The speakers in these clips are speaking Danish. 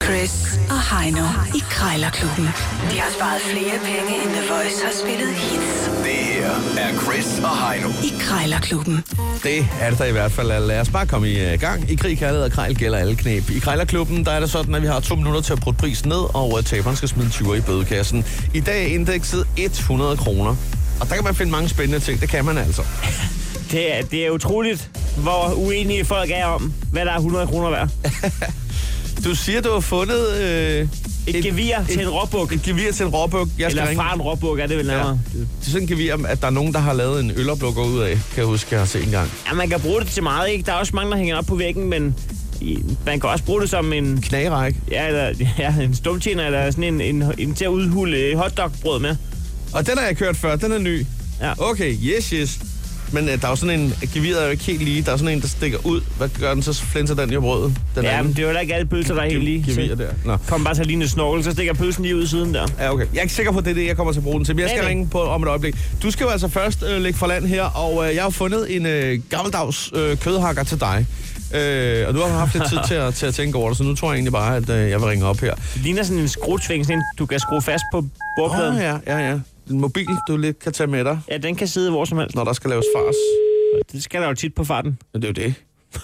Chris og Heino i Krejlerklubben. De har sparet flere penge, end The Voice har spillet hits. Det her er Chris og Heino i Krejlerklubben. Det er det der i hvert fald. Lad os bare komme i gang. I krig, kærlighed og krejl gælder alle knæb. I Krejlerklubben, der er det sådan, at vi har 2 minutter til at putte prisen ned, og taberen skal smide 20 i bødekassen. I dag er indekset 100 kroner. Og der kan man finde mange spændende ting. Det kan man altså. Det er utroligt, hvor uenige folk er om, hvad der er 100 kroner værd. Du siger, du har fundet... Et gevir til en råbuk. Et gevir til en råbuk. Eller fra en råbuk, er det vel nærmere. Ja. Det er sådan en gevir, at der er nogen, der har lavet en øloplukker ud af. Kan jeg huske, jeg har set en gang. Ja, man kan bruge det til meget, ikke? Der er også mange, der hænger op på væggen, men man kan også bruge det som en... Knagerække. Ja, en stumtjener, eller sådan en til at udhule hotdogbrød med. Og den har jeg kørt før. Den er ny. Ja. Okay, yes. Men der er jo sådan en... Geviret er jo ikke helt lige. Der er sådan en, der stikker ud. Hvad gør den? Så flænser den jo brødet. Den ja, anden. men det er jo da ikke alle pølser, der er helt lige. Gevir der. Nå. Kom bare til at ligne en snorkel, så stikker pølsen lige ud i siden der. Ja, okay. Jeg er ikke sikker på, det er det, jeg kommer til at bruge den til. Men jeg skal ringe på om et øjeblik. Du skal jo altså først lægge for land her, og jeg har fundet en gammeldags kødhakker til dig. Og du har haft lidt tid til at tænke over det, så nu tror jeg egentlig bare, at jeg vil ringe op her. Det ligner sådan en skruetving, sådan en, du kan skrue fast på bordpladen. Ja. En mobil, du lidt kan tage med dig. Ja, den kan sidde hvor som helst. Når der skal laves fars. Det skal der jo tit på farten. Ja, det er jo det.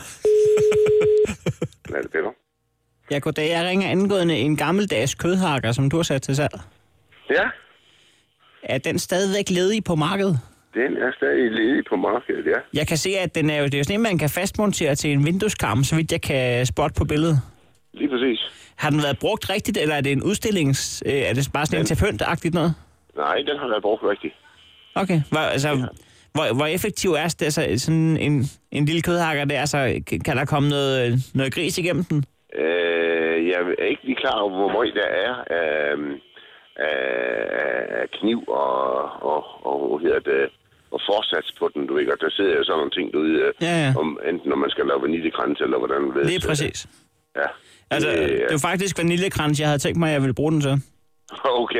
Hvad er det, Peter? Ja, goddag. Jeg ringer angående en gammeldags kødhakker, som du har sat til salg. Ja, Er den stadigvæk ledig på markedet? den er stadig ledig på markedet, ja. Jeg kan se, at det er jo sådan en, man kan fastmontere til en vindueskarm, så vidt jeg kan spotte på billedet. Lige præcis. Har den været brugt rigtigt, eller er det en udstillings... er det bare sådan en til pynt-agtigt noget? Nej, den har været brugt rigtigt. Okay. Hvor effektiv er det, altså, sådan en lille kødhakker? Det, altså, kan der komme noget gris igennem den? Jeg er ikke lige klar over, hvor meget der er af kniv og hvad hedder det, og forsats på den, du ikke? Og der sidder jo sådan nogle ting derude, Ja. om enten når man skal lave vaniljekrans, eller hvordan du ved. Det er præcis. Ja. Altså, det er jo faktisk vaniljekrans, jeg havde tænkt mig, at jeg ville bruge den til. Okay.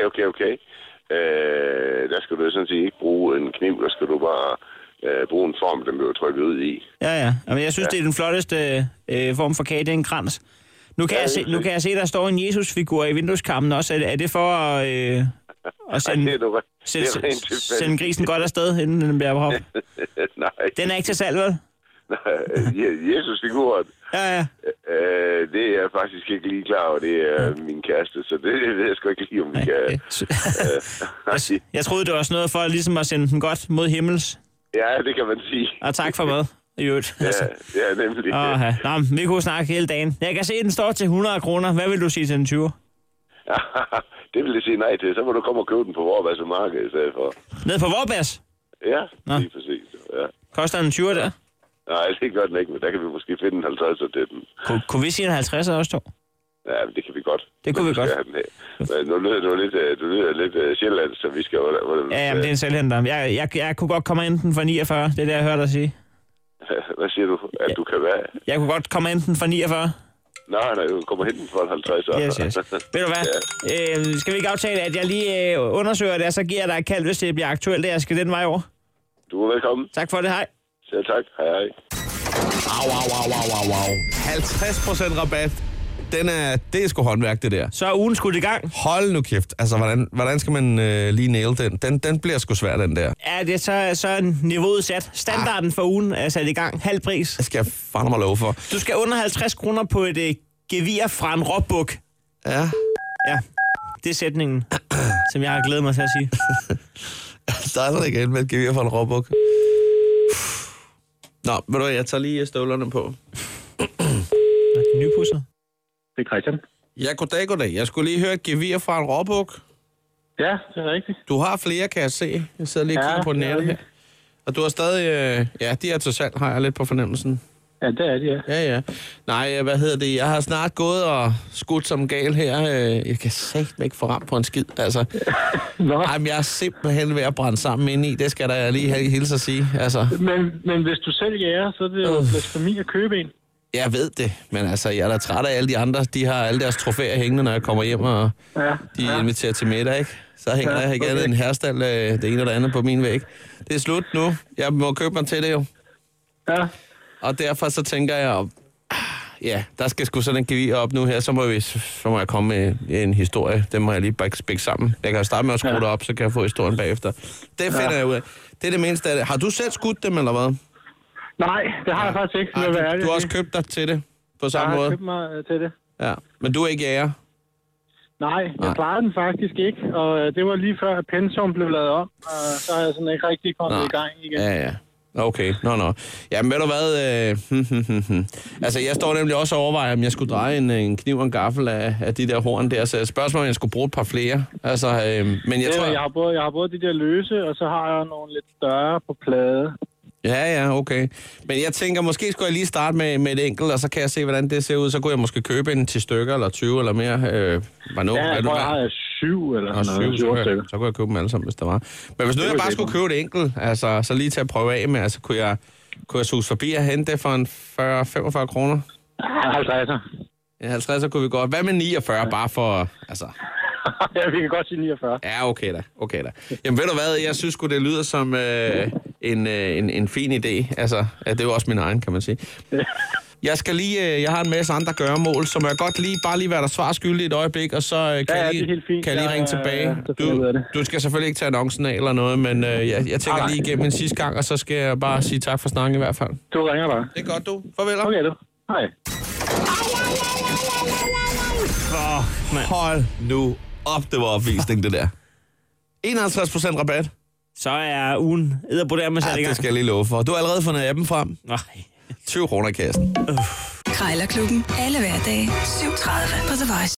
Der skal du sådan set ikke bruge en kniv, der skal du bare bruge en form, den bliver trykket ud i. Ja. Men jeg synes, det er den flotteste form for kage, det er en krans. Nu kan jeg se, der står en Jesus-figur i vindueskarmen også. Er det for at sende grisen godt afsted, inden den bliver på? Nej. Den er ikke til salg, vel? Nej, Jesus-figuren. Ja. Det er jeg faktisk ikke lige klar over. Det er min kæreste, så det ved jeg sgu ikke lige, om vi kan... Jeg troede, det var sådan noget for ligesom at sende den godt mod himmels. Ja, det kan man sige. Og tak for mad. Ja, nemlig. Nå, vi kunne snakke hele dagen. Jeg kan se, at den står til 100 kroner. Hvad vil du sige til en 20'er? Det vil jeg sige nej til. Så må du komme og købe den på Vorbasse Marked i stedet for. Ned på Vorbasse? Ja, lige præcis. Ja. Koster den 20'er der? Nej, det gør den ikke, men der kan vi måske finde en 50'er til den. Kunne vi sige en 50'er også, to? Ja, men det kan vi godt. Det kunne vi godt. Nu lyder lidt sjællandsk, så vi skal... Ja, men det er en selvhenter. Jeg kunne godt komme enten for 49, det er det, jeg hørte dig sige. Hvad siger du, at du kan være? Jeg kunne godt komme enten for 49. Nej, du kommer hen for en 50. Yes. Ved du hvad? Ja. Skal vi ikke aftale, at jeg lige undersøger det, og så giver jeg dig et kald, hvis det bliver aktuelt, det jeg skal den vej over? Du er velkommen. Tak for det, hej. Selv tak, hej. Au. 50% rabat. Det er sgu håndværk, det der. Så er ugen skudt i gang. Hold nu kæft. Altså, hvordan skal man lige nail den? Den bliver sgu svær, den der. Ja, det er så niveauet sat. Standarden for ugen er sat i gang. Halv pris. Det skal jeg fandme mig love for. Du skal under 50 kroner på et gevir fra en råbuk. Ja. Ja, det er sætningen, som jeg har glædet mig til at sige. Starter det igen med et gevir fra en råbuk. Nå, ved du hvad, jeg tager lige støvlerne på. Nypusser. Det er Christian. Ja, goddag. Jeg skulle lige høre et gevir fra en råbuk. Ja, det er rigtigt. Du har flere, kan jeg se. Jeg sidder lige og kigger på nettet her. Og du har stadig... de er til salg, har jeg lidt på fornemmelsen. Ja, det er det, ja. Ja. Nej, hvad hedder det? Jeg har snart gået og skudt som gal her. Jeg kan satme ikke få ramt på en skid, altså. Jamen, jeg er simpelthen ved at brænde sammen ind i. Det skal der lige hilse at sige, altså. Men hvis du selv jæger, så er det jo blasfemi at købe en. Jeg ved det, men altså, jeg er da træt af alle de andre. De har alle deres trofæer hængende, når jeg kommer hjem, og de inviterer til middag, ikke? Så hænger der ikke andet en herrestal, det ene og det andet på min væg. Det er slut nu. Jeg må købe mig til det jo. Ja. Og derfor så tænker jeg, ja, der skal sgu sådan en gevir op nu her, så må jeg komme med en historie. Den må jeg lige spække sammen. Jeg kan jo starte med at skrue det op, så kan jeg få historien bagefter. Det finder jeg ud af. Det er det mindste af det. Har du selv skudt dem, eller hvad? Nej, det har jeg faktisk ikke. Du har også købt dig til det på samme måde? Jeg har købt mig til det. Ja, men du er ikke jæger? Nej, jeg klarede den faktisk ikke, og det var lige før, at pensum blev lavet om, og så har jeg sådan ikke rigtig kommet i gang igen. Ja. Okay, nå. Jamen ved du hvad, altså jeg står nemlig også og overvejer, om jeg skulle dreje en kniv og en gaffel af de der horn der, så spørgsmålet om jeg skulle bruge et par flere. Altså, men jeg tror... Jeg har både de der løse, og så har jeg nogle lidt større på plade. Ja, okay. Men jeg tænker, måske skulle jeg lige starte med et enkelt, og så kan jeg se, hvordan det ser ud. Så kunne jeg måske købe en 10 stykker, eller 20, eller mere. Jeg har 7, eller noget. 7 stykker. Så kunne jeg købe dem alle sammen, hvis der var. Men hvis nu jeg bare skulle købe et enkelt, altså, så lige til at prøve af med, altså, kunne jeg sus forbi og hente det for en 40-45 kroner? 50'er. Ja, 50'er kunne vi godt. Hvad med 49, bare for, altså... Ja, vi kan godt sige 49. Ja, okay da. Jamen ved du hvad, jeg synes sgu, det lyder som en fin idé. Altså, ja, det er jo også min egen, kan man sige. Jeg har en masse andre gøremål, så må jeg godt bare lige være der svarskyldig et øjeblik, og så kan jeg lige ringe tilbage. Du skal selvfølgelig ikke tage annoncen af eller noget, men jeg tænker lige igennem en sidste gang, og så skal jeg bare sige tak for snakken i hvert fald. Du ringer bare. Det er godt, du. Farvel. Okay, du. Hej. Hold nu op, det var opvisning, det der. 51% rabat. Så er ugen edderborderet med sat i gang. Det skal jeg lige love for. Du har allerede fundet appen frem. Nej. 20 kroner i kassen. Krejlerklubben. Alle hverdage. 7:30 på The Voice.